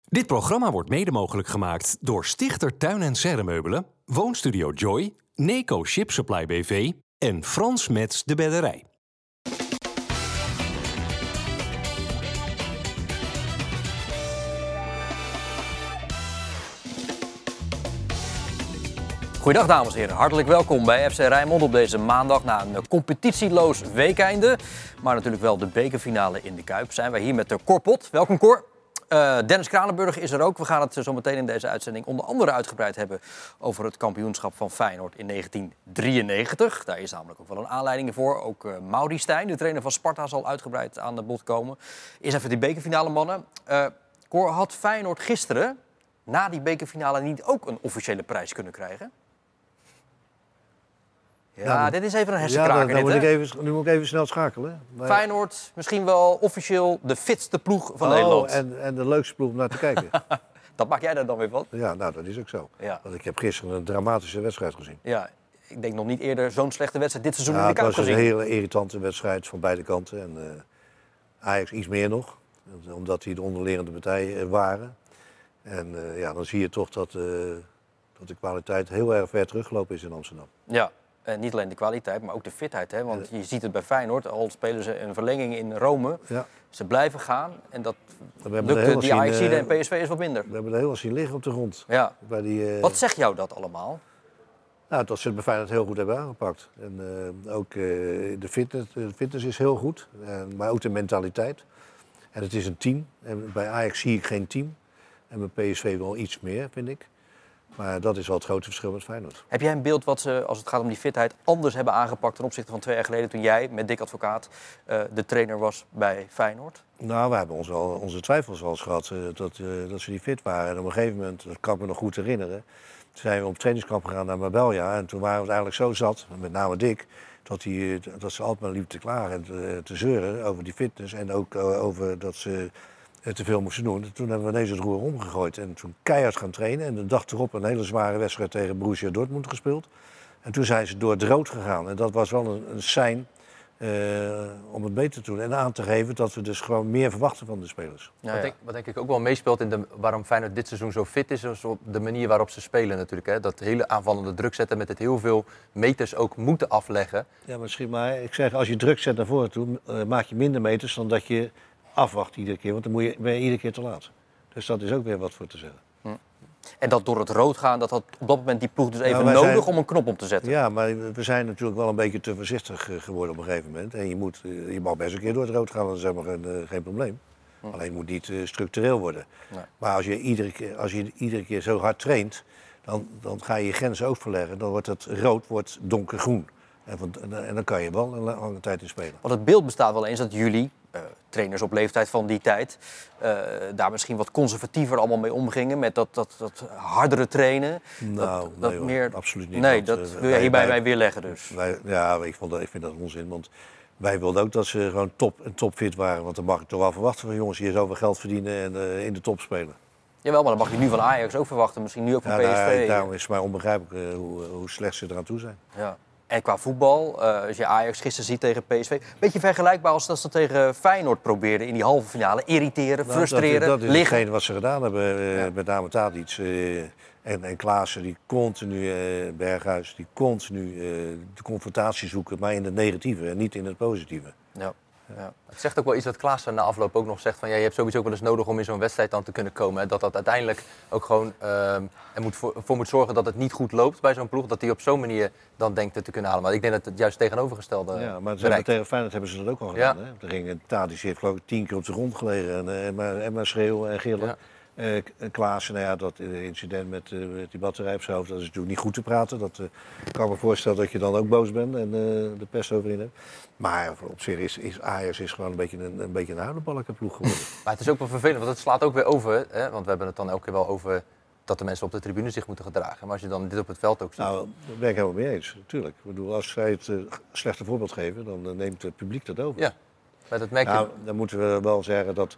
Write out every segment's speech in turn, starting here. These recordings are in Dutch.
Dit programma wordt mede mogelijk gemaakt door Stichter Tuin en Serremeubelen, Woonstudio Joy, Neco Ship Supply BV en Frans Metz de Bedderij. Goedendag dames en heren, hartelijk welkom bij FC Rijnmond op deze maandag na een competitieloos weekeinde. Maar natuurlijk wel de bekerfinale in de Kuip. Zijn wij hier met de Cor Pot. Welkom Cor. Dennis Kranenburg is er ook. We gaan het zo meteen in deze uitzending onder andere uitgebreid hebben over het kampioenschap van Feyenoord in 1993. Daar is namelijk ook wel een aanleiding voor. Ook Mauri Stijn, de trainer van Sparta, zal uitgebreid aan de bod komen. Eerst even die bekerfinale mannen. Cor, had Feyenoord gisteren na die bekerfinale niet ook een officiële prijs kunnen krijgen? Ja, dit is even een hersenkraker. Nu moet ik even snel schakelen. Maar Feyenoord, misschien wel officieel de fitste ploeg van Nederland. En de leukste ploeg om naar te kijken. Dat maak jij daar dan weer van? Ja, nou, dat is ook zo. Ja. Want ik heb gisteren een dramatische wedstrijd gezien. Ja, ik denk nog niet eerder zo'n slechte wedstrijd dit seizoen in de Kuip gezien. Het was een hele irritante wedstrijd van beide kanten. En Ajax iets meer nog, omdat die de onderlerende partijen waren. En dan zie je toch dat de kwaliteit heel erg ver teruggelopen is in Amsterdam. Ja. Niet alleen de kwaliteit, maar ook de fitheid. Hè? Want je ziet het bij Feyenoord, al spelen ze een verlenging in Rome. Ja. Ze blijven gaan en dat lukte die Ajax en PSV is wat minder. We hebben er heel wat zien liggen op de grond. Ja. Wat zegt jou dat allemaal? Nou, dat ze het bij Feyenoord heel goed hebben aangepakt. En ook de fitness is heel goed, maar ook de mentaliteit. En het is een team. En bij Ajax zie ik geen team. En bij PSV wel iets meer, vind ik. Maar dat is wel het grote verschil met Feyenoord. Heb jij een beeld wat ze, als het gaat om die fitheid, anders hebben aangepakt ten opzichte van 2 jaar geleden toen jij met Dick Advocaat de trainer was bij Feyenoord? Nou, we hebben onze twijfels wel eens gehad dat ze niet fit waren. En op een gegeven moment, dat kan ik me nog goed herinneren, toen zijn we op trainingskamp gegaan naar Marbella. En toen waren we het eigenlijk zo zat, met name Dick, dat ze altijd maar liepen te klagen en te zeuren over die fitness. En ook over dat ze te veel moesten doen. Toen hebben we ineens het roer omgegooid en toen keihard gaan trainen. En de dag erop een hele zware wedstrijd tegen Borussia Dortmund gespeeld. En toen zijn ze door het rood gegaan. En dat was wel een sein om het beter te doen. En aan te geven dat we dus gewoon meer verwachten van de spelers. Ja. Wat denk ik ook wel meespeelt in waarom Feyenoord dit seizoen zo fit is op de manier waarop ze spelen natuurlijk. Hè? Dat hele aanvallende druk zetten met het heel veel meters ook moeten afleggen. Ja, misschien maar. Ik zeg, als je druk zet naar voren toe, maak je minder meters dan dat je afwacht iedere keer, want dan ben je iedere keer te laat. Dus dat is ook weer wat voor te zeggen. En dat door het rood gaan, dat had op dat moment die ploeg dus even nodig om een knop om te zetten. Ja, maar we zijn natuurlijk wel een beetje te voorzichtig geworden op een gegeven moment. En je mag best een keer door het rood gaan, dat is helemaal geen probleem. Alleen het moet niet structureel worden. Nee. Maar als je iedere keer zo hard traint, dan ga je je grenzen ook verleggen. Dan wordt het rood donkergroen. En dan kan je wel een lange tijd in spelen. Want het beeld bestaat wel eens dat jullie, trainers op leeftijd van die tijd, daar misschien wat conservatiever allemaal mee omgingen. Met dat hardere trainen. Nou, dat nee, meer... absoluut niet. Nee, dat wil je hier bij mij weerleggen dus. Ik vind dat onzin. Want wij wilden ook dat ze gewoon topfit waren. Want dan mag ik toch wel verwachten van jongens die hier zoveel geld verdienen en in de top spelen. Jawel, maar dan mag je nu van Ajax ook verwachten. Misschien nu ook van PSV. Daarom is het mij onbegrijpelijk hoe slecht ze eraan toe zijn. Ja. En qua voetbal, als je Ajax gisteren ziet tegen PSV, beetje vergelijkbaar als dat ze tegen Feyenoord probeerden in die halve finale. Irriteren, frustreren, dat is liggen. hetgeen wat ze gedaan hebben, met name Tadic en Klaassen, die continu, Berghuis, die continu de confrontatie zoeken, maar in het negatieve en niet in het positieve. Ja. Ja. Het zegt ook wel iets wat Klaassen na afloop ook nog zegt van je hebt sowieso ook wel eens nodig om in zo'n wedstrijd dan te kunnen komen. Hè? Dat uiteindelijk ook gewoon ervoor moet zorgen dat het niet goed loopt bij zo'n ploeg. Dat hij op zo'n manier dan denkt te kunnen halen. Maar ik denk dat het juist tegenovergestelde maar bereikt. tegen Feyenoord hebben ze dat ook al gedaan. Ja. Hè? Er ging Tadic heeft geloof ik 10 keer op de grond gelegen en maar schreeuwen en gillen. Ja. Klaassen, dat incident met die batterij op zijn hoofd, dat is natuurlijk niet goed te praten. Dat kan me voorstellen dat je dan ook boos bent en de pest over in hebt. Maar op zich is Ajax gewoon een beetje een huilenbalkenploeg geworden. Maar het is ook wel vervelend, want het slaat ook weer over. Hè? Want we hebben het dan elke keer wel over dat de mensen op de tribune zich moeten gedragen. Maar als je dan dit op het veld ook ziet... Nou, daar ben ik helemaal mee eens, natuurlijk. Ik bedoel, als zij het slechte voorbeeld geven, dan neemt het publiek dat over. Ja, maar dat merk je... Nou, dan moeten we wel zeggen dat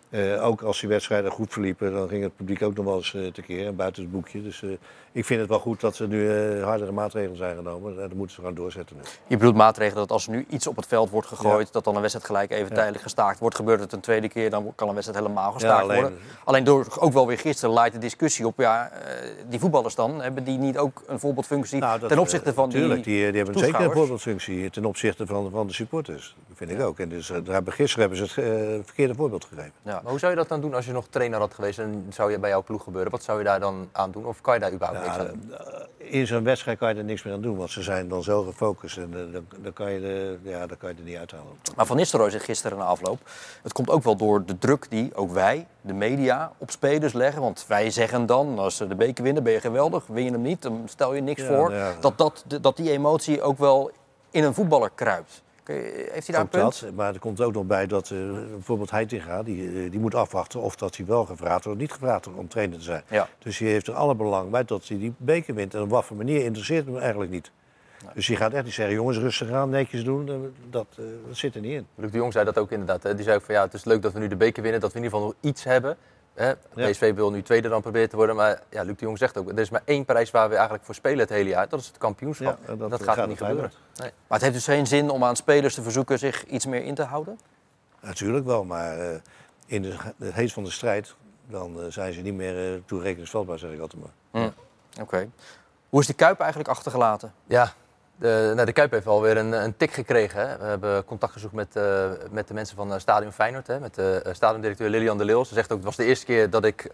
Ook als die wedstrijden goed verliepen, dan ging het publiek ook nog wel eens tekeer. En buiten het boekje. Dus ik vind het wel goed dat er nu hardere maatregelen zijn genomen. Dat moeten ze gaan doorzetten nu. Je bedoelt maatregelen dat als er nu iets op het veld wordt gegooid, dat dan een wedstrijd gelijk even tijdelijk gestaakt wordt. Gebeurt het een tweede keer, dan kan een wedstrijd helemaal gestaakt worden. Alleen door ook wel weer gisteren leidt de discussie op, die voetballers dan, hebben die niet ook een voorbeeldfunctie ten opzichte van tuurlijk, die hebben toeschouwers? zeker een voorbeeldfunctie ten opzichte van de supporters. Dat vind ik ook. En dus gisteren hebben ze het verkeerde voorbeeld gegeven. Ja. Maar hoe zou je dat dan doen als je nog trainer had geweest en zou je bij jouw ploeg gebeuren? Wat zou je daar dan aan doen? Of kan je daar überhaupt niks aan doen? In zo'n wedstrijd kan je er niks meer aan doen, want ze zijn dan zo gefocust en dan kan je er niet uithalen. Maar Van Nistelrooy zegt gisteren na afloop, het komt ook wel door de druk die ook wij, de media, op spelers leggen. Want wij zeggen dan, als ze de beker winnen, ben je geweldig. Win je hem niet, dan stel je niks voor. Ja. Dat die emotie ook wel in een voetballer kruipt. Heeft hij daar een punt? Maar er komt ook nog bij dat bijvoorbeeld Heitinga, die moet afwachten of dat hij wel gevraagd wordt of niet gevraagd wordt om trainer te zijn. Ja. Dus hij heeft er alle belang bij dat hij die beker wint. En op wat voor manier interesseert hem eigenlijk niet. Nee. Dus hij gaat echt niet zeggen, jongens, rustig aan, netjes doen. Dat zit er niet in. Luc de Jong zei dat ook inderdaad. Hè? Die zei ook van het is leuk dat we nu de beker winnen, dat we in ieder geval nog iets hebben. Hè? PSV wil nu tweede dan proberen te worden, maar Luc de Jong zegt ook, er is maar één prijs waar we eigenlijk voor spelen het hele jaar. Dat is het kampioenschap. Ja, dat gaat niet gebeuren. Nee. Maar het heeft dus geen zin om aan spelers te verzoeken zich iets meer in te houden? Natuurlijk wel, maar in het heet van de strijd, dan zijn ze niet meer toerekeningsvatbaar, zeg ik altijd maar. Oké. Hoe is die Kuip eigenlijk achtergelaten? Ja. De Kuip heeft alweer een tik gekregen. Hè. We hebben contact gezocht met de mensen van Stadion Feyenoord. Hè, met de stadiondirecteur Lilian de Leeuw. Ze zegt ook, het was de eerste keer dat ik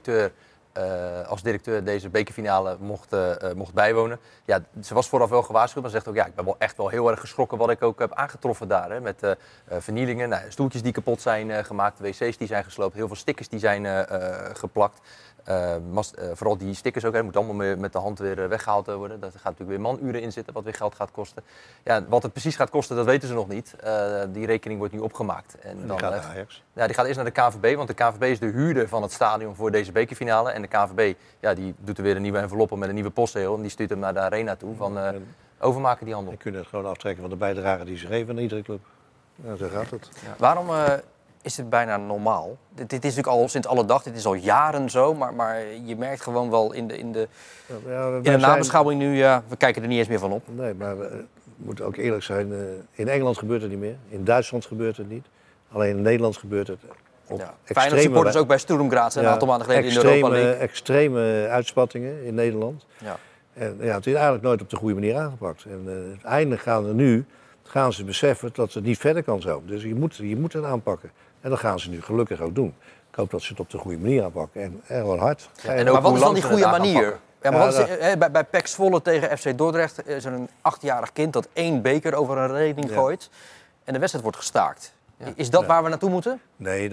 als directeur deze bekerfinale mocht bijwonen. Ja, ze was vooraf wel gewaarschuwd, maar ze zegt ook, ik ben wel echt wel heel erg geschrokken wat ik ook heb aangetroffen daar. Hè, met vernielingen, stoeltjes die kapot zijn gemaakt, wc's die zijn gesloopt, heel veel stickers die zijn geplakt. Vooral die stickers ook, moet allemaal met de hand weer weggehaald worden. Daar gaat natuurlijk weer manuren in zitten, wat weer geld gaat kosten. Ja, wat het precies gaat kosten, dat weten ze nog niet. Die rekening wordt nu opgemaakt. En die gaat naar Ajax? Ja, die gaat eerst naar de KNVB, want de KNVB is de huurder van het stadion voor deze bekerfinale. En de KNVB die doet er weer een nieuwe envelop op met een nieuwe postzegel. En die stuurt hem naar de arena toe van overmaken die handel. Die kunnen het gewoon aftrekken van de bijdrage die ze geven aan iedere club. Ja, zo gaat het. Ja. Waarom is het bijna normaal? Dit is natuurlijk al sinds alle dag, dit is al jaren zo, maar je merkt gewoon wel in de nabeschouwing nu, we kijken er niet eens meer van op. Nee, maar we moeten ook eerlijk zijn, in Engeland gebeurt het niet meer, in Duitsland gebeurt het niet, alleen in Nederland gebeurt het. Feyenoord supporters ook bij Sturm Graz een aantal maanden geleden in de Europa League. Extreme uitspattingen in Nederland. Ja. En het is eigenlijk nooit op de goede manier aangepakt. En uiteindelijk gaan ze beseffen dat het niet verder kan zo. Dus je moet het aanpakken. En dat gaan ze nu gelukkig ook doen. Ik hoop dat ze het op de goede manier aanpakken. En gewoon hard. Maar wat is dan die goede manier? Ja, maar bij PEC Zwolle tegen FC Dordrecht is er een 8-jarig kind dat 1 beker over een reling gooit. En de wedstrijd wordt gestaakt. Ja. Is dat waar we naartoe moeten? Nee,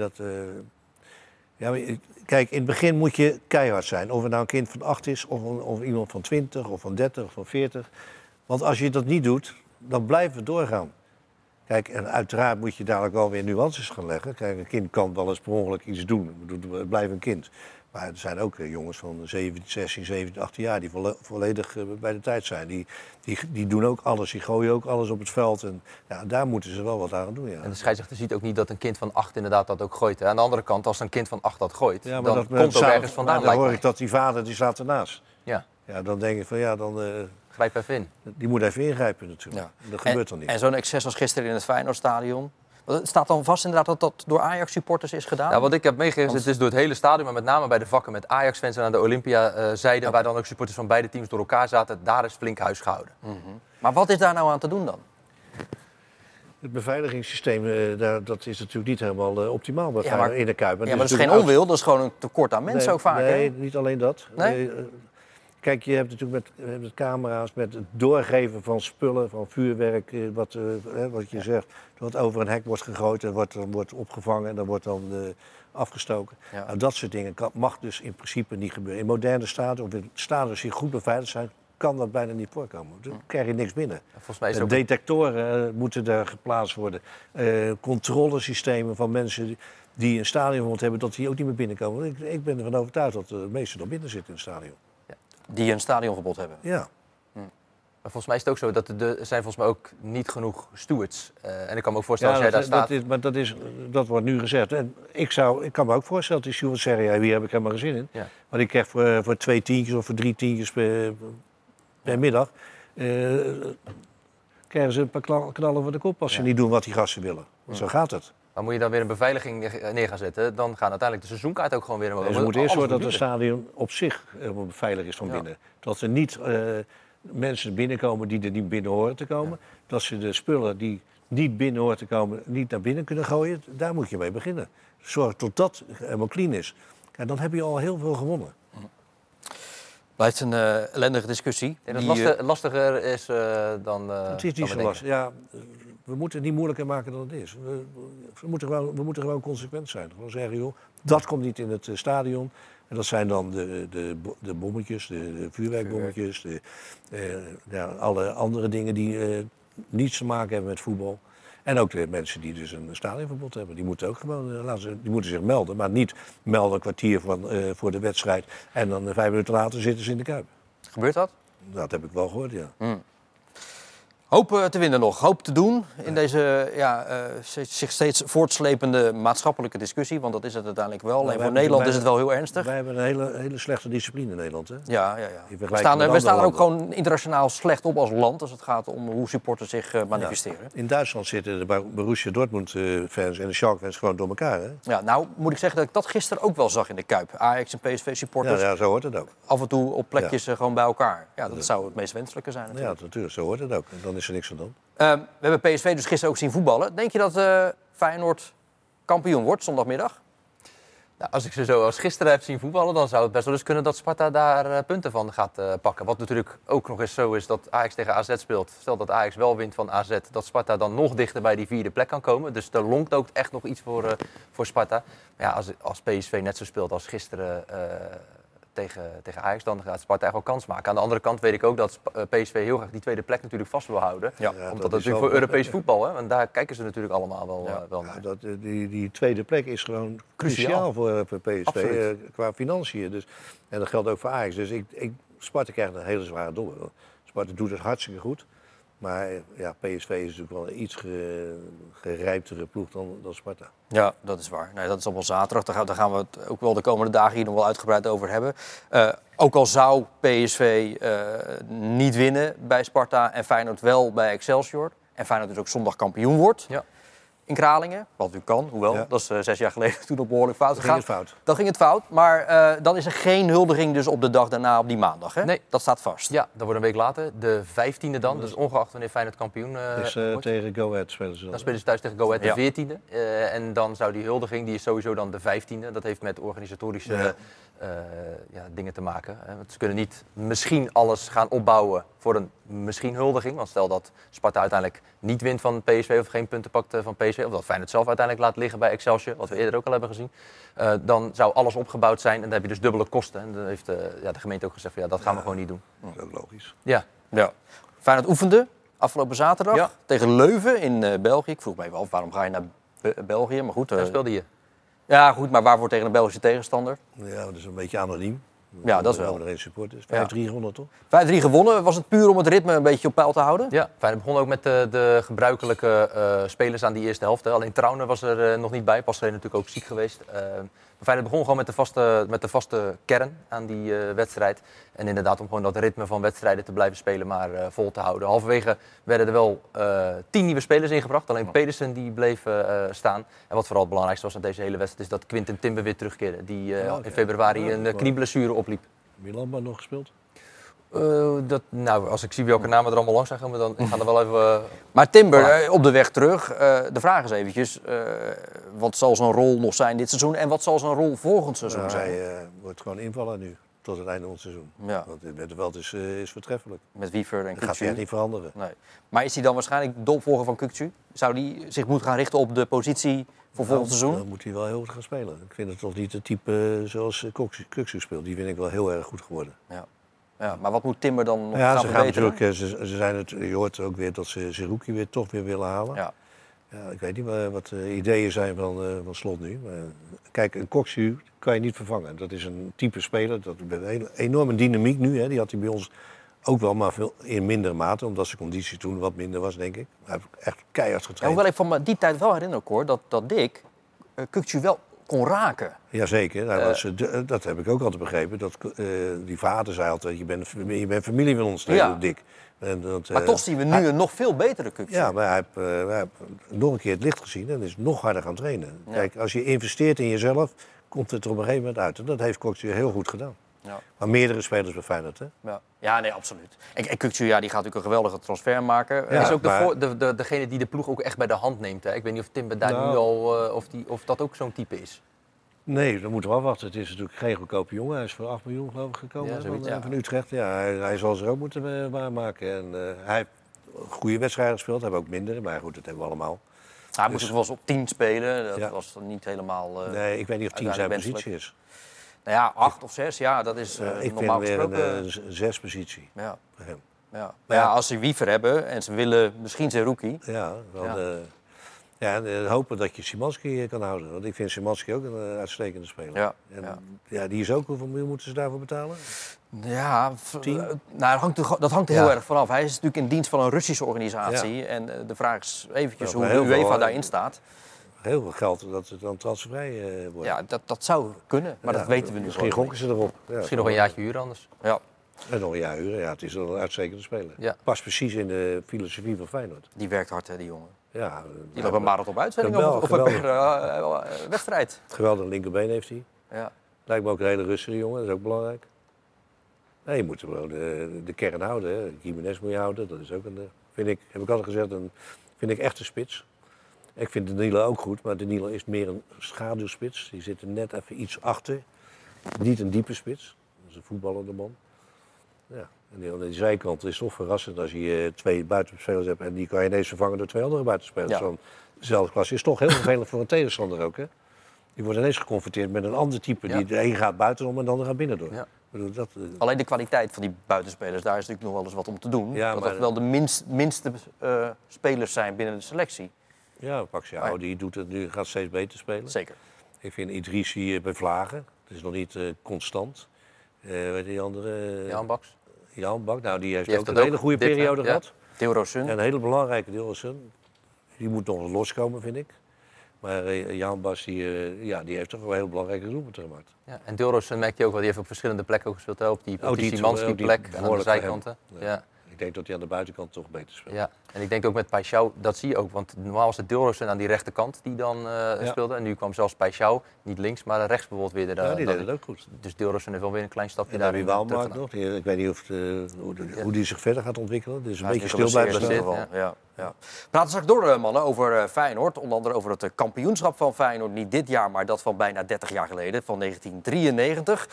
kijk, in het begin moet je keihard zijn. Of het nou een kind van 8 is, of iemand van 20, of van 30, of van 40. Want als je dat niet doet, dan blijven we doorgaan. Kijk, en uiteraard moet je dadelijk wel weer nuances gaan leggen. Kijk, een kind kan wel eens per ongeluk iets doen. Ik bedoel, het blijft een kind. Maar er zijn ook jongens van 17, 16, 17, 18 jaar die volledig bij de tijd zijn. Die doen ook alles, die gooien ook alles op het veld. En daar moeten ze wel wat aan doen. Ja. En de scheidsrechter ziet ook niet dat een kind van 8 inderdaad dat ook gooit. Hè. Aan de andere kant, als een kind van 8 dat gooit, dan komt ook ergens vandaan. Dan hoor ik dat die vader die staat ernaast. Ja. Ja, dan denk ik van dan... Grijp even in. Die moet even ingrijpen natuurlijk. Ja. Dat gebeurt dan niet. En zo'n excess als gisteren in het Feyenoordstadion. Het staat dan vast inderdaad dat door Ajax-supporters is gedaan? Ja, wat ik heb meegegeven, het is door het hele stadion, maar met name bij de vakken met Ajax-fans en aan de Olympia-zijde, waar dan ook supporters van beide teams door elkaar zaten, daar is flink huis gehouden. Mm-hmm. Maar wat is daar nou aan te doen dan? Het beveiligingssysteem, dat is natuurlijk niet helemaal optimaal in de Kuip. Maar dat is geen onwil, dat is gewoon een tekort aan mensen ook vaak. Nee, niet alleen dat. Nee? Kijk, je hebt natuurlijk met camera's, met het doorgeven van spullen, van vuurwerk, wat je zegt. Wat over een hek wordt gegooid en wordt opgevangen en dan wordt dan afgestoken. Ja. Nou, dat soort dingen mag dus in principe niet gebeuren. In moderne staten, of in stadions die goed beveiligd zijn, kan dat bijna niet voorkomen. Dan krijg je niks binnen. Volgens mij is ook... Detectoren moeten daar geplaatst worden. Controlesystemen van mensen die een stadionverbod hebben, dat die ook niet meer binnenkomen. Ik ben ervan overtuigd dat de meesten er binnen zitten in het stadion. Die een stadionverbod hebben? Ja. Maar volgens mij is het ook zo dat er zijn volgens mij ook niet genoeg stewards. En ik kan me ook voorstellen als jij daar staat... Dat wordt nu gezegd. En ik kan me ook voorstellen dat die stewards zeggen, ja, hier heb ik helemaal geen zin in. Ja. Want ik krijg voor 2 tientjes of voor 3 tientjes per middag... krijgen ze een paar knallen voor de kop als ze niet doen wat die gasten willen. Want zo gaat het. Maar moet je dan weer een beveiliging neer gaan zetten, dan gaan uiteindelijk de seizoenkaart ook gewoon weer omhoog. En ze moeten eerst zorgen dat het stadion op zich veilig is van binnen. Dat er niet mensen binnenkomen die er niet binnen horen te komen. Ja. Dat ze de spullen die niet binnen horen te komen, niet naar binnen kunnen gooien. Daar moet je mee beginnen. Zorg tot dat helemaal clean is. En dan heb je al heel veel gewonnen. Blijft een ellendige discussie. En het lastiger is dan... Het is niet zo lastig. Ja, we moeten het niet moeilijker maken dan het is. We moeten gewoon consequent zijn. Gewoon zeggen, joh, dat komt niet in het stadion. En dat zijn dan de bommetjes, de vuurwerkbommetjes, alle andere dingen die niets te maken hebben met voetbal. En ook de mensen die dus een stadionverbod hebben, die moeten ook gewoon die moeten zich melden. Maar niet melden een kwartier voor de wedstrijd en dan 5 minuten later zitten ze in de Kuip. Gebeurt dat? Dat heb ik wel gehoord, ja. Hoop te winnen nog, hoop te doen in deze zich steeds voortslepende maatschappelijke discussie. Want dat is het uiteindelijk wel. En voor Nederland is het wel heel ernstig. Wij hebben een hele slechte discipline in Nederland. Hè? Ja. We staan er ook gewoon internationaal slecht op als land als het gaat om hoe supporters zich manifesteren. Ja. In Duitsland zitten de Borussia Dortmund fans en de Schalke fans gewoon door elkaar. Hè? Ja, nou moet ik zeggen dat ik dat gisteren ook wel zag in de Kuip. Ajax en PSV supporters. Ja, zo hoort het ook. Af en toe op plekjes gewoon bij elkaar. Ja, dat zou het meest wenselijke zijn natuurlijk. Ja, natuurlijk. Zo hoort het ook. En dan is er niks aan doen. We hebben PSV dus gisteren ook zien voetballen. Denk je dat Feyenoord kampioen wordt zondagmiddag? Nou, als ik ze zo als gisteren heb zien voetballen, dan zou het best wel eens kunnen dat Sparta daar punten van gaat pakken. Wat natuurlijk ook nog eens zo is dat Ajax tegen AZ speelt. Stel dat Ajax wel wint van AZ, dat Sparta dan nog dichter bij die 4e plek kan komen. Dus er lonkt ook echt nog iets voor Sparta. Maar ja, als PSV net zo speelt als gisteren tegen Ajax, dan gaat Sparta echt wel kans maken. Aan de andere kant weet ik ook dat PSV heel graag die 2e plek natuurlijk vast wil houden. Ja, omdat dat natuurlijk voor Europees voetbal, hè, want daar kijken ze natuurlijk allemaal wel naar. Die 2e plek is gewoon cruciaal voor PSV qua financiën. Dus, en dat geldt ook voor Ajax. Dus Sparta krijgt een hele zware doel. Sparta doet het hartstikke goed. Maar ja, PSV is natuurlijk wel een iets gerijptere ploeg dan Sparta. Ja, dat is waar. Nee, dat is allemaal zaterdag. Daar gaan we het ook wel de komende dagen hier nog wel uitgebreid over hebben. Ook al zou PSV niet winnen bij Sparta en Feyenoord wel bij Excelsior. En Feyenoord dus ook zondag kampioen wordt. Ja. In Kralingen, wat u kan, hoewel, dat is 6 jaar geleden toen op behoorlijk fout gegaan. Dan ging het fout, maar dan is er geen huldiging dus op de dag daarna op die maandag, hè? Nee. Dat staat vast. Ja, dat wordt een week later, de 15e dan, dus ongeacht wanneer Feyenoord kampioen wordt. Tegen Go Ahead spelen ze dan spelen ze thuis tegen Go Ahead de 14e. En dan zou die huldiging, die is sowieso dan de 15e. Dat heeft met organisatorische dingen te maken. Want ze kunnen niet misschien alles gaan opbouwen voor een misschien huldiging. Want stel dat Sparta uiteindelijk niet wint van PSV of geen punten pakt van PSV, of dat Feyenoord zelf uiteindelijk laat liggen bij Excelsior, wat we eerder ook al hebben gezien, dan zou alles opgebouwd zijn en dan heb je dus dubbele kosten. En dan heeft de gemeente ook gezegd van dat gaan we gewoon niet doen. Dat is ook logisch. Ja. Feyenoord oefende afgelopen zaterdag tegen Leuven in België. Ik vroeg me even af, waarom ga je naar België? Maar goed. Daar speelde je. Ja, goed, maar waarvoor tegen een Belgische tegenstander? Ja, dat is een beetje anoniem. Ja, dat is wel. Er supporters. 5-3 gewonnen, toch? 5-3 gewonnen. Was het puur om het ritme een beetje op peil te houden? Ja, Feyenoord begon ook met de gebruikelijke spelers aan die eerste helft. Hè. Alleen Trauner was er nog niet bij. Pas geleden natuurlijk ook ziek geweest. Maar Feyenoord begon gewoon met de vaste kern aan die wedstrijd. En inderdaad om gewoon dat ritme van wedstrijden te blijven spelen, maar vol te houden. Halverwege werden er wel 10 nieuwe spelers ingebracht. Alleen Pedersen die bleef staan. En wat vooral het belangrijkste was aan deze hele wedstrijd is dat Quinten Timber weer terugkeerde. Die in februari een knieblessure opliep. Milan nog gespeeld? Als ik zie welke namen er allemaal langs zijn gekomen, dan gaan er wel even... Maar Timber, op de weg terug, de vraag is eventjes, wat zal zijn rol nog zijn dit seizoen en wat zal zijn rol volgend seizoen zijn? Hij wordt gewoon invallen nu, tot het einde van het seizoen. Ja. Want met de veld is voortreffelijk. Met Wiever en Kukçu. Dat gaat hij echt niet veranderen. Nee. Maar is hij dan waarschijnlijk de opvolger van Kukçu? Zou hij zich moeten gaan richten op de positie voor volgend seizoen? Dan moet hij wel heel goed gaan spelen. Ik vind het toch niet het type zoals Kukçu speelt. Die vind ik wel heel erg goed geworden. Ja, maar wat moet Timber dan nog gaan verbeteren? Ze zijn het, je hoort ook weer dat ze Zerouki toch weer willen halen. Ja. Ja, ik weet niet wat de ideeën zijn van Slot nu. Maar kijk, een Kukçu kan je niet vervangen. Dat is een type speler. Dat heeft een enorme dynamiek nu. Hè. Die had hij bij ons Ook wel, maar veel in mindere mate, omdat zijn conditie toen wat minder was, denk ik. Hij heeft echt keihard Ja, getraind. hoewel ik van die tijd wel herinner, Cor, dat Dick Kukçu wel kon raken. Jazeker, dat heb ik ook altijd begrepen. Die vader zei altijd, je bent familie van ons, Ja. Dick. En dat, Maar toch zien we nu een nog veel betere Kukçu. Ja, maar hij heeft nog een keer het licht gezien en is nog harder gaan trainen. Ja. Kijk, als je investeert in jezelf, komt het er op een gegeven moment uit. En dat heeft Kukçu heel goed gedaan. Ja. Maar meerdere spelers bij Feyenoord, hè? Ja, nee, absoluut. En Kukçu, die gaat natuurlijk een geweldige transfer maken. Ja, Hij is ook maar- degene die de ploeg ook echt bij de hand neemt. Hè? Ik weet niet of Timber daar Nou. nu al... of dat ook zo'n type is. Nee, dan moeten we afwachten. Het is natuurlijk geen goedkope jongen. Hij is voor 8 miljoen geloof ik gekomen Ja, hè, zoiets, van Utrecht. Ja, hij zal zich ook moeten waarmaken. En hij heeft goede wedstrijden gespeeld. Hij heeft ook minder, maar goed, dat hebben we allemaal. Hij moest ook wel eens op 10 spelen. Dat Ja. was dan niet helemaal... Nee, ik weet niet of 10 zijn uiteindelijk positie is. Nou ja, 8 of 6, ja, dat is Ik vind normaal weer gesproken. een 6 positie Ja, voor hem. ja. Maar ja, als ze Wiever hebben en ze willen misschien zijn rookie. Ja, dan, Ja. hopen dat je Szymanski kan houden. Want ik vind Szymanski ook een uitstekende speler. Ja, En, ja, die is ook, hoeveel miljoen moeten ze daarvoor betalen? Ja, 10? Nou, dat hangt er heel Ja. erg vanaf. Hij is natuurlijk in dienst van een Russische organisatie. Ja. En de vraag is eventjes Ja, hoe maar heel de UEFA veel, daarin staat. Heel veel geld dat het dan transfervrij wordt. Ja, dat zou kunnen, maar Ja, dat weten we nu misschien gewoon gokken ze erop. Ja, Misschien nog een jaartje huren anders. niet. Ja, En nog een jaar huren. Ja, het is wel een uitstekende speler. Ja. Past precies in de filosofie van Feyenoord. die werkt hard, hè, die jongen. Ja, Die loopt een marathon op uitzending of Geweldig. per wedstrijd. geweldig linkerbeen heeft hij. Ja. Lijkt me ook een hele rustige jongen, dat is ook belangrijk. Nee, je moet gewoon de kern houden. Hè. Jiménez moet je houden, dat is ook vind ik, heb ik altijd gezegd, vind ik echt een spits. Ik vind Danilo ook goed, maar Danilo is meer een schaduwspits. Die zit er net even iets achter. Niet een diepe spits, dat is een voetballende man. Ja. En aan die zijkant is het toch verrassend als je 2 buitenspelers hebt en die kan je ineens vervangen door 2 andere buitenspelers. Ja. Van dezelfde klasse is toch heel vervelend voor een tegenstander ook. Hè? Die wordt ineens geconfronteerd met een ander type. Ja. De een gaat buitenom en de ander gaat binnendoor. Ja. Ik bedoel, dat, Alleen de kwaliteit van die buitenspelers, daar is natuurlijk nog wel eens wat om te doen. Ja, dat maar- dat wel de minste spelers zijn binnen de selectie. ja, Paxiao, die doet het nu, gaat steeds beter spelen. Zeker. Ik vind Idrissi bij Vlagen. Het is nog niet constant. Weet die andere? Jan Baks. Jan Bak. Nou, die heeft Die ook heeft een dat hele ook, goede dit, hè? periode Ja. gehad. Theo Sun. En een hele belangrijke Dillerson. Die moet nog eens loskomen, vind ik. Maar Jan Bas, die heeft toch wel een heel belangrijke doelpunten gemaakt. Ja. En Dilrosun merk je ook wel, die heeft op verschillende plekken ook gespeeld. Hè? Op die die Szymanski-plek en aan de behoorlijk voor hem. zijkanten. Ja. Ja. Ik denk dat hij aan de buitenkant toch beter speelt. Ja, en ik denk ook met Paixão, dat zie je ook. Want normaal was het Dilrosun aan die rechterkant die dan speelde. En nu kwam zelfs Paixão, niet links, maar rechts bijvoorbeeld weer. Ja, die deed het ook goed. Dus Dilrosun heeft wel weer een klein stapje En dan daarin wie Waalmark teruggedaan. nog. Ik weet niet hoe die zich verder gaat ontwikkelen. Dus een Hij beetje is stil natuurlijk blijven geblesseerd, staan. ja. Ja. We praten straks door, mannen, over Feyenoord. Onder andere over het kampioenschap van Feyenoord. Niet dit jaar, maar dat van bijna 30 jaar geleden, van 1993.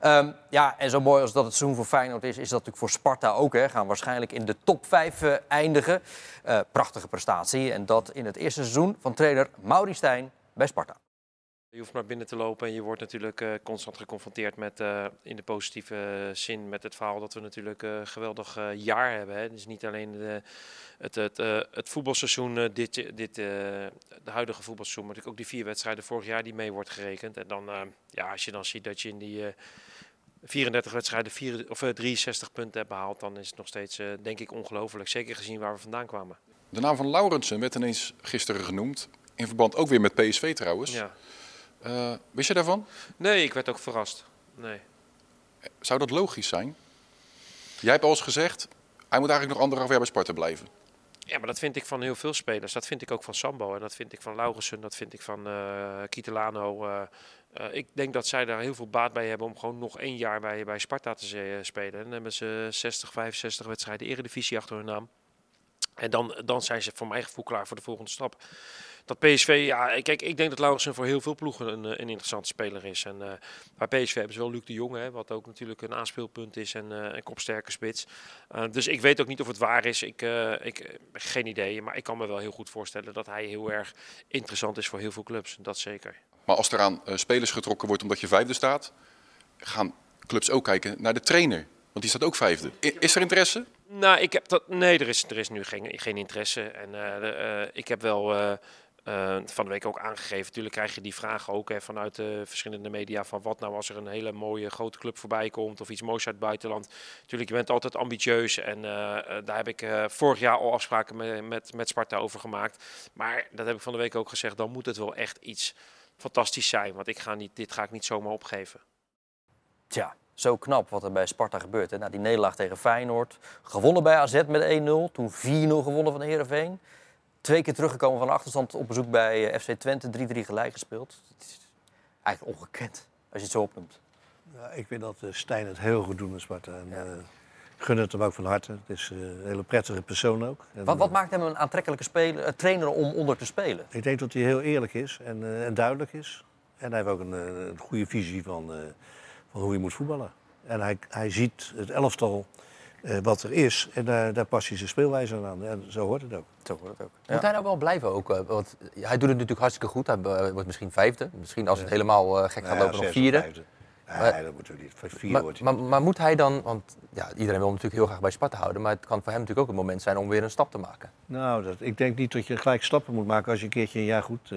Ja, en zo mooi als dat het seizoen voor Feyenoord is dat natuurlijk voor Sparta ook. Hè. Gaan waarschijnlijk in de top 5 eindigen. Prachtige prestatie. En dat in het eerste seizoen van trainer Mauri Stijn bij Sparta. Je hoeft maar binnen te lopen en je wordt natuurlijk constant geconfronteerd met, in de positieve zin, met het verhaal dat we natuurlijk een geweldig jaar hebben. Hè. Dus niet alleen het voetbalseizoen, de huidige voetbalseizoen, maar natuurlijk ook die 4 wedstrijden vorig jaar die mee wordt gerekend. En dan, als je dan ziet dat je in die 34 wedstrijden 63 punten hebt behaald, dan is het nog steeds, denk ik, ongelooflijk. Zeker gezien waar we vandaan kwamen. De naam van Laurensen werd ineens gisteren genoemd. In verband ook weer met PSV trouwens. Ja. Wist je daarvan? Nee, ik werd ook verrast. Nee. Zou dat logisch zijn? Jij hebt al eens gezegd, hij moet eigenlijk nog 1,5 jaar bij Sparta blijven. Ja, maar dat vind ik van heel veel spelers. Dat vind ik ook van Sambo en dat vind ik van Laurensen, dat vind ik van Kitelano. Ik denk dat zij daar heel veel baat bij hebben om gewoon nog 1 jaar bij Sparta te spelen. En dan hebben ze 60, 65 wedstrijden Eredivisie achter hun naam. En dan zijn ze voor mijn gevoel klaar voor de volgende stap. Dat PSV, ja, kijk, ik denk dat Laurensen voor heel veel ploegen een interessante speler is. En bij PSV hebben ze wel Luc de Jong, hè, wat ook natuurlijk een aanspeelpunt is en een kopsterke spits. Dus ik weet ook niet of het waar is. Ik geen idee, maar ik kan me wel heel goed voorstellen dat hij heel erg interessant is voor heel veel clubs. Dat zeker. Maar als er aan spelers getrokken wordt omdat je 5e staat, gaan clubs ook kijken naar de trainer. Want die staat ook 5e. Is er interesse? Nou, ik heb dat. Nee, er is nu geen interesse. En ik heb wel van de week ook aangegeven. Natuurlijk krijg je die vragen ook vanuit de verschillende media van wat nou als er een hele mooie grote club voorbij komt of iets moois uit het buitenland. Natuurlijk, je bent altijd ambitieus en daar heb ik vorig jaar al afspraken met Sparta over gemaakt. Maar dat heb ik van de week ook gezegd, dan moet het wel echt iets fantastisch zijn, want dit ga ik niet zomaar opgeven. Tja, zo knap wat er bij Sparta gebeurt. Hè? Na die nederlaag tegen Feyenoord, gewonnen bij AZ met 1-0, toen 4-0 gewonnen van de Heerenveen. 2 keer teruggekomen van de achterstand op bezoek bij FC Twente, 3-3 gelijk gespeeld. Het is eigenlijk ongekend, als je het zo opnoemt. Ja, ik vind dat Stijn het heel goed doet met Sparta. En, ik gun het hem ook van harte. Het is een hele prettige persoon ook. En, Wat maakt hem een aantrekkelijke trainer om onder te spelen? Ik denk dat hij heel eerlijk is en duidelijk is. En hij heeft ook een goede visie van hoe je moet voetballen. En hij ziet het elftal wat er is en daar past hij zijn speelwijze aan. En zo hoort het ook. Zo hoort het ook. Ja. Moet hij nou wel blijven ook? Want hij doet het natuurlijk hartstikke goed. Hij wordt misschien 5e. Misschien als het helemaal gek gaat lopen nog 4e. Nee, dat moeten we niet. 4 wordt hij. Maar moet hij dan, want ja, iedereen wil natuurlijk heel graag bij Sparta houden, maar het kan voor hem natuurlijk ook een moment zijn om weer een stap te maken. Nou, ik denk niet dat je gelijk stappen moet maken als je een keertje een jaar goed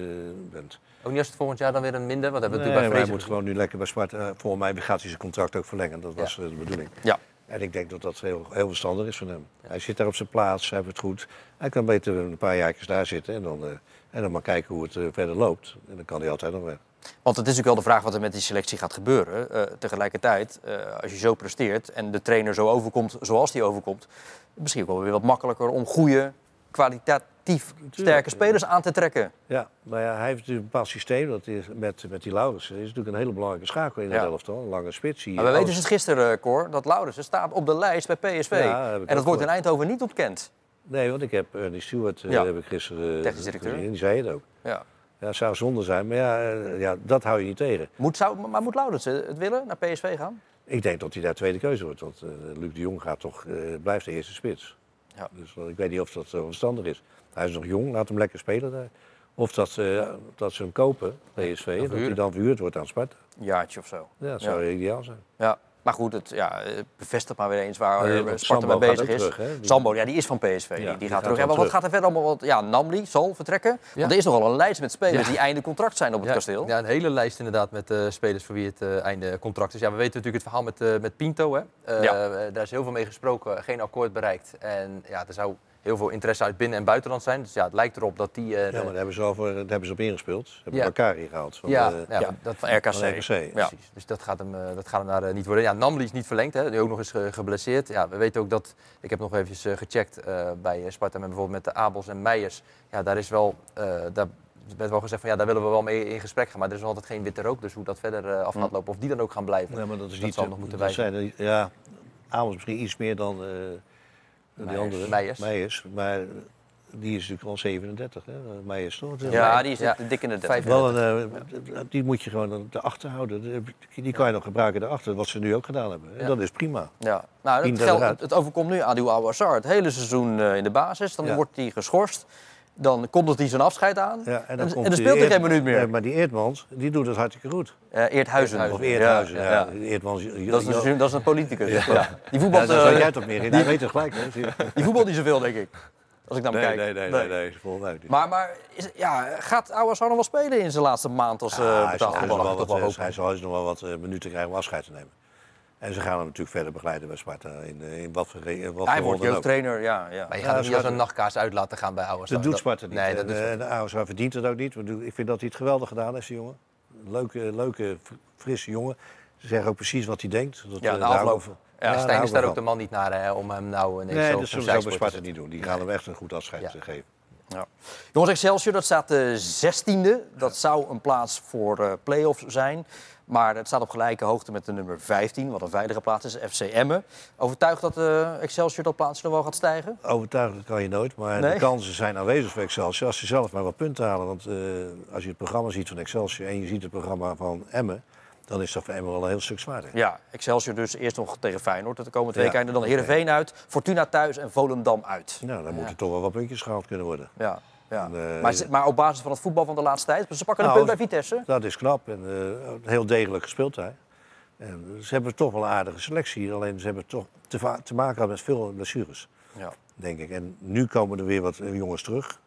bent. Ook niet als het volgend jaar dan weer een minder, want hebben we Nee, natuurlijk bij maar hij Vrezen. moet gewoon nu lekker bij Sparta. Volgens mij gaat hij zijn contract ook verlengen. Dat was de bedoeling. Ja. En ik denk dat dat heel verstandig is van hem. Ja. Hij zit daar op zijn plaats, hij heeft het goed. Hij kan beter een paar jaartjes daar zitten en dan maar kijken hoe het verder loopt. En dan kan hij altijd nog weg. Want het is natuurlijk wel de vraag wat er met die selectie gaat gebeuren. Tegelijkertijd, als je zo presteert en de trainer zo overkomt zoals die overkomt, misschien ook wel weer wat makkelijker om goede, kwalitatief sterke spelers aan te trekken. Ja, maar ja, hij heeft natuurlijk een bepaald systeem. Dat is met die Laurensen. Dat is natuurlijk een hele belangrijke schakel in het elftal. Een lange spits. Maar we weten het gisteren, Cor, dat Laurensen staat op de lijst bij PSV. Ja, en dat wordt in Eindhoven niet ontkend. Nee, want ik heb Ernie Stewart heb ik gisteren technisch directeur. gezien. Die zei het ook. Ja. Ja, het zou zonde zijn, maar ja, dat hou je niet tegen. Maar moet Laurensen het willen, naar PSV gaan? Ik denk dat hij daar tweede keuze wordt. Want Luc de Jong blijft de eerste spits. Ja. Dus ik weet niet of dat verstandig is. Hij is nog jong, laat hem lekker spelen daar. Of dat ze hem kopen, PSV, dat hij dan verhuurd wordt aan Sparta. Een jaartje of zo. Ja, dat zou ideaal zijn. Ja. Maar goed, het bevestigt maar weer eens waar Sparta Sambo mee gaat bezig ook is. terug, hè? Sambo, die is van PSV. Ja, die gaat terug. En wat terug. gaat er verder allemaal? Want Namli zal vertrekken. Ja. Want er is nogal een lijst met spelers die einde contract zijn op het kasteel. Ja, een hele lijst inderdaad met spelers voor wie het einde contract is. Ja, we weten natuurlijk het verhaal met Pinto. Hè. Daar is heel veel mee gesproken, geen akkoord bereikt. En ja, er zou heel veel interesse uit binnen- en buitenland zijn. Dus ja, het lijkt erop dat die... Ja, maar daar hebben ze op ingespeeld. Ze hebben Ja. Bakary gehaald van, Van RKC. van RKC. Ja. Precies. Dus dat gaat hem daar niet worden. Ja, Namli is niet verlengd, hè. Die ook nog eens geblesseerd. Ja, we weten ook dat, ik heb nog even gecheckt bij Sparta met bijvoorbeeld met de Abels en Meijers. Ja, daar is wel, daar werd wel gezegd van ja, daar willen we wel mee in gesprek gaan. Maar er is nog altijd geen witte rook, dus hoe dat verder af gaat lopen. Of die dan ook gaan blijven, Nee, maar dat is niet zal nog moeten wijzen. Ja, Amos misschien iets meer dan die andere. Meijers. Maar die is natuurlijk al 37, hè? Meijers toch? Ja, die is dik in de 30. Die moet je gewoon erachter houden. Die kan je nog gebruiken daarachter, wat ze nu ook gedaan hebben. En dat is prima. Ja. Nou, het overkomt nu Adil Aouassar het hele seizoen in de basis. Dan wordt hij geschorst. Dan kondigt hij zijn afscheid aan. Ja, en dan speelt hij geen minuut meer. Nee, maar die Eertmans, die doet het hartstikke goed. Eerthuizen. Of Eerthuizen, ja. Eertmans, dat is een politicus. Ja. Die voetbalt, daar zou jij toch meer in. Hij weet het gelijk. Hè? Die voetbalt niet zoveel, denk ik. Als ik naar hem kijk. Nee, volgens mij niet. Maar gaat Aouassar nog wel spelen in zijn laatste maand als betaalvoetballer? Hij zal nog wel wat minuten krijgen om afscheid te nemen. En ze gaan hem natuurlijk verder begeleiden bij Sparta. In wat voor hij wordt jeugdtrainer, ja. Maar je gaat hem niet als een nachtkaas uit laten gaan bij Aouassar. Dat doet Sparta niet. Nee, en Aouassar verdient het ook niet. Ik vind dat hij het geweldig gedaan heeft, die jongen. Leuke, frisse jongen. Ze zeggen ook precies wat hij denkt. De afloop. Ja, Stijn is daar ook de man niet naar hè, om hem nou ineens nee, zo dat zullen ze bij Sparta niet doen. Die gaan hem echt een goed afscheid geven. Ja. Jongens, Excelsior, dat staat de 16e. Dat zou een plaats voor play-offs zijn. Maar het staat op gelijke hoogte met de nummer 15, wat een veilige plaats is, FC Emmen. Overtuigd dat Excelsior dat plaatsje nog wel gaat stijgen? Overtuigen kan je nooit, maar de kansen zijn aanwezig voor Excelsior. Als ze zelf maar wat punten halen, want als je het programma ziet van Excelsior en je ziet het programma van Emmen, dan is dat voor Emmen wel een heel stuk zwaarder. Ja, Excelsior dus eerst nog tegen Feyenoord de komende weekenden. Dan Heerenveen uit, Fortuna thuis en Volendam uit. Nou, dan moeten toch wel wat puntjes gehaald kunnen worden. Ja. Ja. Maar op basis van het voetbal van de laatste tijd, ze pakken een punt bij Vitesse. Dat is knap en heel degelijk gespeeld daar. En ze hebben toch wel een aardige selectie, alleen ze hebben toch te maken met veel blessures, denk ik. En nu komen er weer wat jongens terug.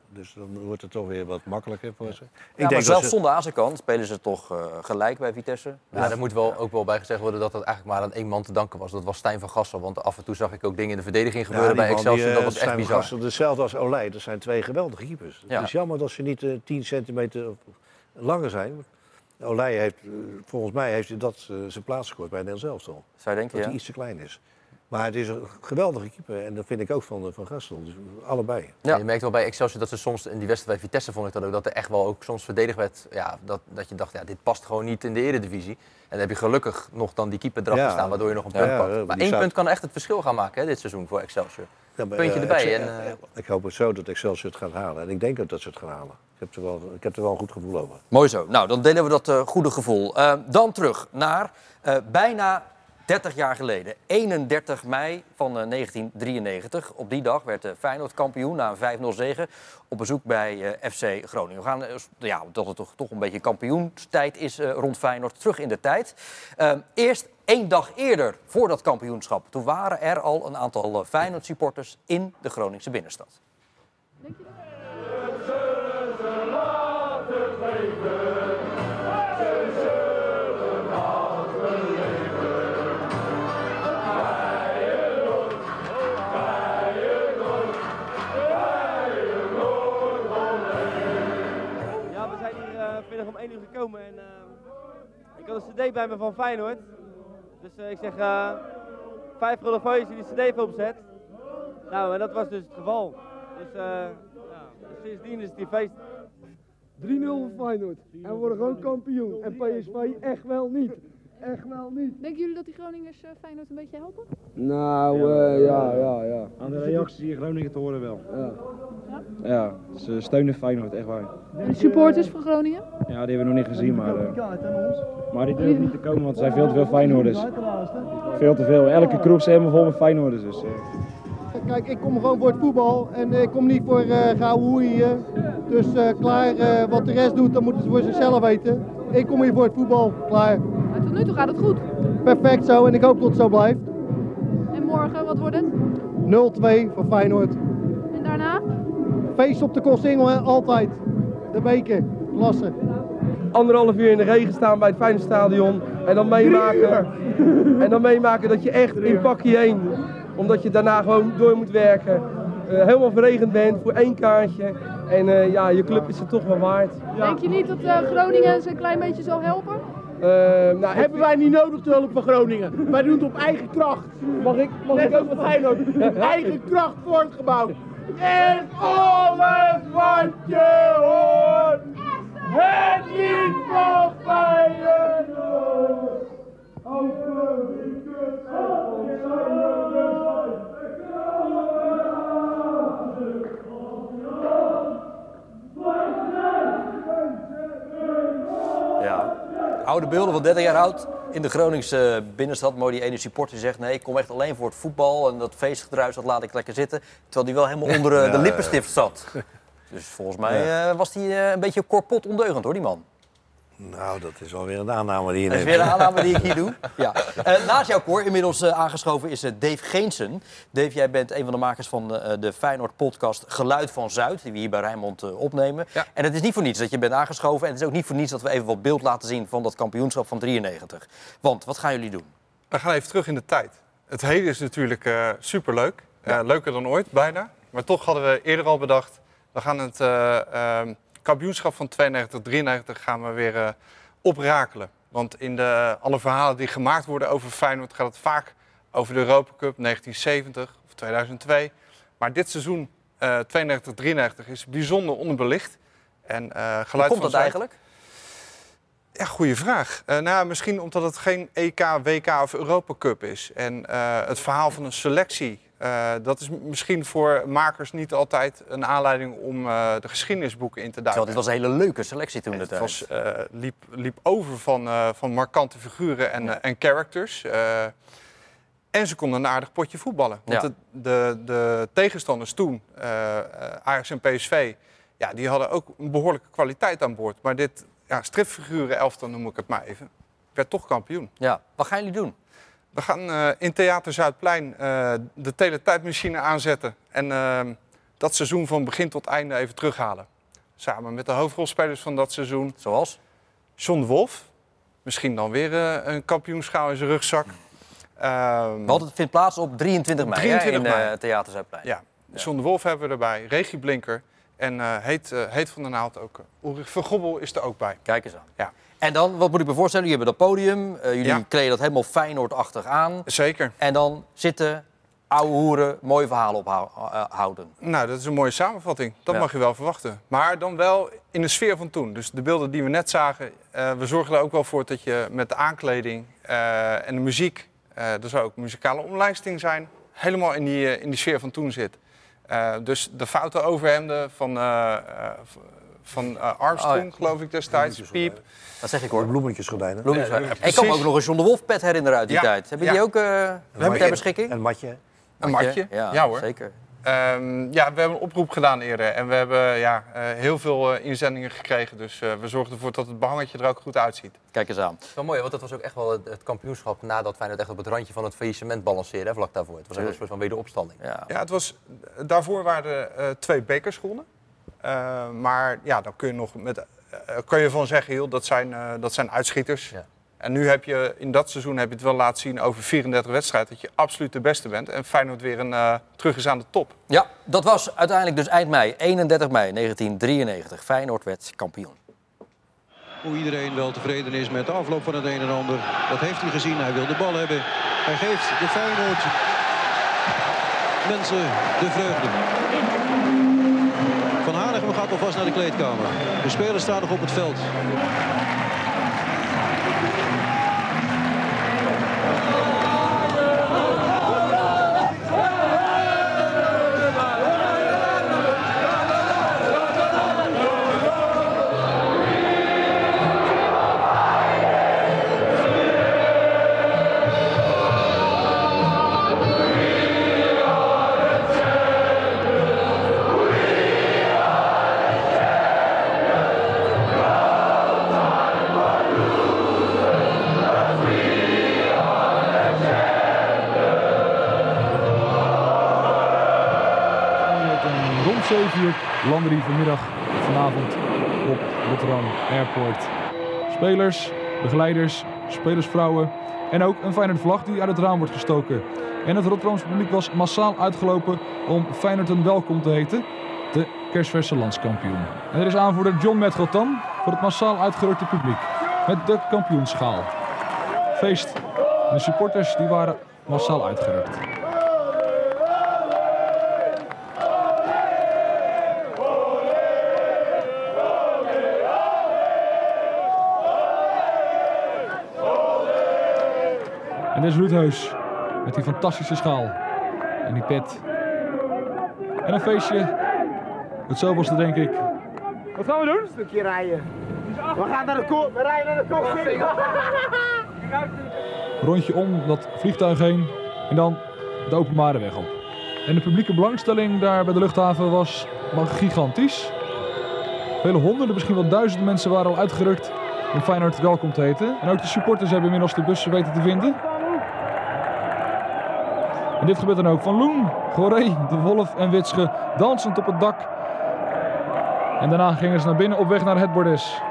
Dus dan wordt het toch weer wat makkelijker voor ze. Maar zelfs zonder Azarkan spelen ze toch gelijk bij Vitesse. Ja, daar moet ook wel bij gezegd worden dat het eigenlijk maar aan 1 man te danken was. Dat was Stijn van Gassel. Want af en toe zag ik ook dingen in de verdediging gebeuren bij Excelsior. Dat was echt bizar. Gassel, hetzelfde als Olij. Dat zijn 2 geweldige keepers. Het is jammer dat ze niet 10 centimeter langer zijn. Olij heeft, volgens mij heeft hij dat zijn plaats gescoord bij Nederland elftal. Zou je denken, dat hij iets te klein is. Maar het is een geweldige keeper en dat vind ik ook van Gassel. Dus allebei. Ja. Je merkt wel bij Excelsior dat ze soms in die wedstrijd bij Vitesse vond ik dat ook, dat er echt wel ook soms verdedigd werd. Ja, dat je dacht, dit past gewoon niet in de Eredivisie. En dan heb je gelukkig nog dan die keeper eraf staan, waardoor je nog een punt pakt. Maar 1 punt kan echt het verschil gaan maken dit seizoen voor Excelsior. Puntje erbij. Ik hoop het zo dat Excelsior het gaat halen. En ik denk ook dat ze het gaan halen. Ik heb er wel een goed gevoel over. Mooi zo. Nou, dan delen we dat goede gevoel. Dan terug naar bijna 30 jaar geleden. 31 mei van 1993. Op die dag werd Feyenoord kampioen na een 5-0 zege op bezoek bij FC Groningen. We gaan, dat het toch een beetje kampioenstijd is rond Feyenoord, terug in de tijd. Eerst 1 dag eerder voor dat kampioenschap. Toen waren er al een aantal Feyenoord supporters in de Groningse binnenstad. Om 1 uur gekomen en ik had een cd bij me van Feyenoord. Dus ik zeg 5 gulden voor je die cd even opzet. Nou, en dat was dus het geval. Dus sindsdien is het die feest. 3-0 voor Feyenoord. En we worden gewoon kampioen. En PSV echt wel niet. Echt wel niet. Denken jullie dat die Groningers Feyenoord een beetje helpen? Nou, ja. Aan de reacties hier in Groningen te horen wel. Ja, ze steunen Feyenoord, echt waar. En de supporters van Groningen? Ja, die hebben we nog niet gezien, maar die durven niet te komen, want er zijn veel te veel Feyenoorders. Veel te veel. Elke kroeg is helemaal vol met Feyenoorders. Dus. Kijk, ik kom gewoon voor het voetbal en ik kom niet voor gauw hoeien. Dus klaar, wat de rest doet, dan moeten ze voor zichzelf weten. Ik kom hier voor het voetbal, klaar. Maar tot nu toe gaat het goed. Perfect zo en ik hoop dat het zo blijft. En morgen, wat wordt het? 0-2 voor Feyenoord. En daarna? Feest op de Koolsingel, altijd. De beker, klasse. 1,5 uur in de regen staan bij het Feyenoordstadion en dan meemaken dat je echt in pakje 1, omdat je daarna gewoon door moet werken, helemaal verregend bent voor 1 kaartje en je club is het toch wel waard. Ja. Denk je niet dat Groningen ze een klein beetje zal helpen? Hebben wij niet nodig de hulp van Groningen. Wij doen het op eigen kracht. Mag ik ook wat Feyenoord? Eigen kracht voortgebouwd. En alles wat je hoort, het lied van Feyenoord. Ja. Oude beelden van 30 jaar oud in de Groningse binnenstad. Mooi die ene supporter zegt, nee, ik kom echt alleen voor het voetbal. En dat feestgedruis, dat laat ik lekker zitten. Terwijl die wel helemaal onder de lippenstift zat. Dus volgens mij was hij een beetje korpot ondeugend, hoor, die man. Nou, dat is alweer een aanname die je neemt. Dat is weer een aanname die ik hier doe. Ja. Naast jou, Cor, inmiddels aangeschoven is Dave Geensen. Dave, jij bent een van de makers van de Feyenoord-podcast Geluid van Zuid, die we hier bij Rijnmond opnemen. Ja. En het is niet voor niets dat je bent aangeschoven. En het is ook niet voor niets dat we even wat beeld laten zien van dat kampioenschap van 93. Want, wat gaan jullie doen? We gaan even terug in de tijd. Het heden is natuurlijk superleuk. Leuker dan ooit, bijna. Maar toch hadden we eerder al bedacht, we gaan het kampioenschap van 92-93 gaan we weer oprakelen. Want in alle verhalen die gemaakt worden over Feyenoord gaat het vaak over de Europa Cup 1970 of 2002. Maar dit seizoen 92-93 is bijzonder onderbelicht. En, Hoe komt dat eigenlijk? Ja, goede vraag. Misschien omdat het geen EK, WK of Europa Cup is. En het verhaal van een selectie, dat is misschien voor makers niet altijd een aanleiding om de geschiedenisboeken in te duiken. Terwijl dit was een hele leuke selectie toen. Het was, liep over van markante figuren en characters. En ze konden een aardig potje voetballen. Want de tegenstanders toen, Ajax en PSV, ja, die hadden ook een behoorlijke kwaliteit aan boord. Maar dit stripfiguren elftal, noem ik het maar even, werd toch kampioen. Ja, wat gaan jullie doen? We gaan in Theater Zuidplein de teletijdmachine aanzetten. En dat seizoen van begin tot einde even terughalen. Samen met de hoofdrolspelers van dat seizoen. Zoals? John de Wolf. Misschien dan weer een kampioenschaal in zijn rugzak. Want het vindt plaats op 23 mei, 23 in Theater Zuidplein. Ja, John de Wolf hebben we erbij. Regie Blinker. En Heet van der Naald ook. Ulrich van Gobbel is er ook bij. Kijk eens aan. Ja. En dan, wat moet ik me voorstellen? Jullie hebben dat podium. Jullie kleden dat helemaal Feyenoord-achtig aan. Zeker. En dan zitten ouwe hoeren mooie verhalen ophouden. Nou, dat is een mooie samenvatting. Dat mag je wel verwachten. Maar dan wel in de sfeer van toen. Dus de beelden die we net zagen, we zorgen er ook wel voor dat je met de aankleding en de muziek, er zou ook muzikale omlijsting zijn, helemaal in die sfeer van toen zit. Dus de foute overhemden van Armstrong, geloof ik destijds, Piep. Dat zeg ik hoor. Bloemetjesgordijnen. Ik kan me ook nog een John de Wolf pet herinneren uit die tijd. Hebben die ook ter beschikking? Een matje. Een matje? Ja hoor. Zeker. We hebben een oproep gedaan eerder en we hebben heel veel inzendingen gekregen. Dus we zorgen ervoor dat het behangetje er ook goed uitziet. Kijk eens aan. Het is wel mooi, want dat was ook echt wel het kampioenschap nadat Feyenoord echt op het randje van het faillissement balanceerde, vlak daarvoor. Het was een soort van wederopstanding. Ja, het was, daarvoor waren er 2 bekers gewonnen. Maar ja, dan kun je nog kan je van zeggen, joh, dat zijn uitschieters. Ja. En nu heb je in dat seizoen het wel laten zien over 34 wedstrijden dat je absoluut de beste bent. En Feyenoord weer terug is aan de top. Ja, dat was uiteindelijk dus eind mei, 31 mei 1993. Feyenoord werd kampioen. Hoe iedereen wel tevreden is met de afloop van het een en ander. Dat heeft hij gezien, hij wil de bal hebben. Hij geeft de Feyenoord mensen de vreugde. Van Hanegem gaat alvast naar de kleedkamer. De spelers staan nog op het veld. Landen die vanavond op Rotterdam Airport. Spelers, begeleiders, spelersvrouwen en ook een Feyenoord vlag die uit het raam wordt gestoken. En het Rotterdamse publiek was massaal uitgelopen om Feyenoord een welkom te heten, de kerstverse landskampioen. En er is aanvoerder John Metgotan voor het massaal uitgerukte publiek met de kampioenschaal. Feest. De supporters die waren massaal uitgerukt. En dit is Ruud Heus met die fantastische schaal en die pet. En een feestje. Het zoveelste denk ik. Wat gaan we doen? Een stukje rijden. We gaan naar de kop. We rijden naar de kop. Rondje om dat vliegtuig heen en dan de openbare weg op. En de publieke belangstelling daar bij de luchthaven was gigantisch. Vele honderden, misschien wel duizenden mensen waren al uitgerukt om Feyenoord welkom te heten. En ook de supporters hebben inmiddels de bussen weten te vinden. En dit gebeurt dan ook van Loen, Goré, De Wolf en Witsche dansend op het dak. En daarna gingen ze naar binnen op weg naar het bordes.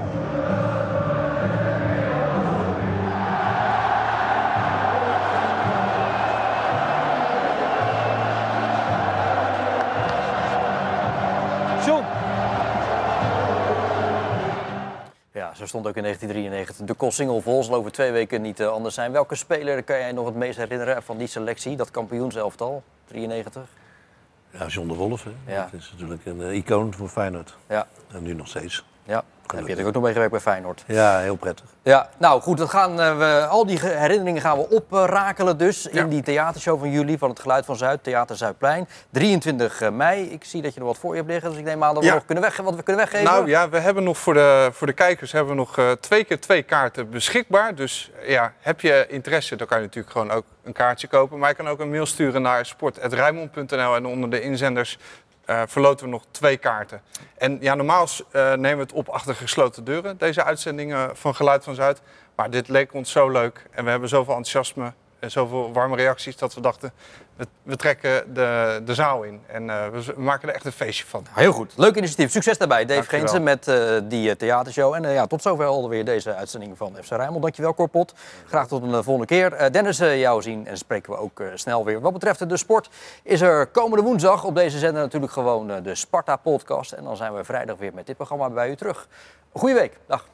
Ja, zo stond ook in 1993 de Koolsingel vol. Zal over 2 weken niet anders zijn. Welke speler kan jij nog het meest herinneren van die selectie, dat kampioenselftal, 93? Ja, John de Wolf. Hè. Ja. Dat is natuurlijk een icoon voor Feyenoord. Ja. En nu nog steeds. Ja, daar heb je natuurlijk ook nog mee gewerkt bij Feyenoord. Ja, heel prettig. Ja, nou goed, dat gaan al die herinneringen gaan we oprakelen dus in die theatershow van jullie, van het Geluid van Zuid, Theater Zuidplein. 23 mei, ik zie dat je er wat voor je hebt liggen, dus ik neem aan dat we nog wat we kunnen weggeven. Nou ja, we hebben nog voor de kijkers 2 keer 2 kaarten beschikbaar. Dus ja, heb je interesse, dan kan je natuurlijk gewoon ook een kaartje kopen. Maar je kan ook een mail sturen naar sport@rijnmond.nl en onder de inzenders verloten we nog 2 kaarten. En ja, normaal nemen we het op achter gesloten deuren, deze uitzendingen van Geluid van Zuid. Maar dit leek ons zo leuk en we hebben zoveel enthousiasme zoveel warme reacties dat we dachten, we trekken de zaal in. En we maken er echt een feestje van. Heel goed. Leuk initiatief. Succes daarbij, Dave Dankjewel. Geense, met die theatershow. En tot zover alweer deze uitzending van FC Rijnmond. Dankjewel, Cor Pot. Graag tot een volgende keer. Dennis, jou zien en spreken we ook snel weer. Wat betreft de sport is er komende woensdag op deze zender natuurlijk gewoon de Sparta-podcast. En dan zijn we vrijdag weer met dit programma bij u terug. Goeie week. Dag.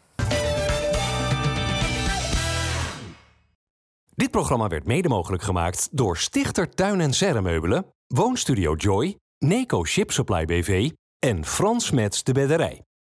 Dit programma werd mede mogelijk gemaakt door Stichter Tuin en Serremeubelen, Woonstudio Joy, Neco Ship Supply BV en Frans Metz de Bedderij.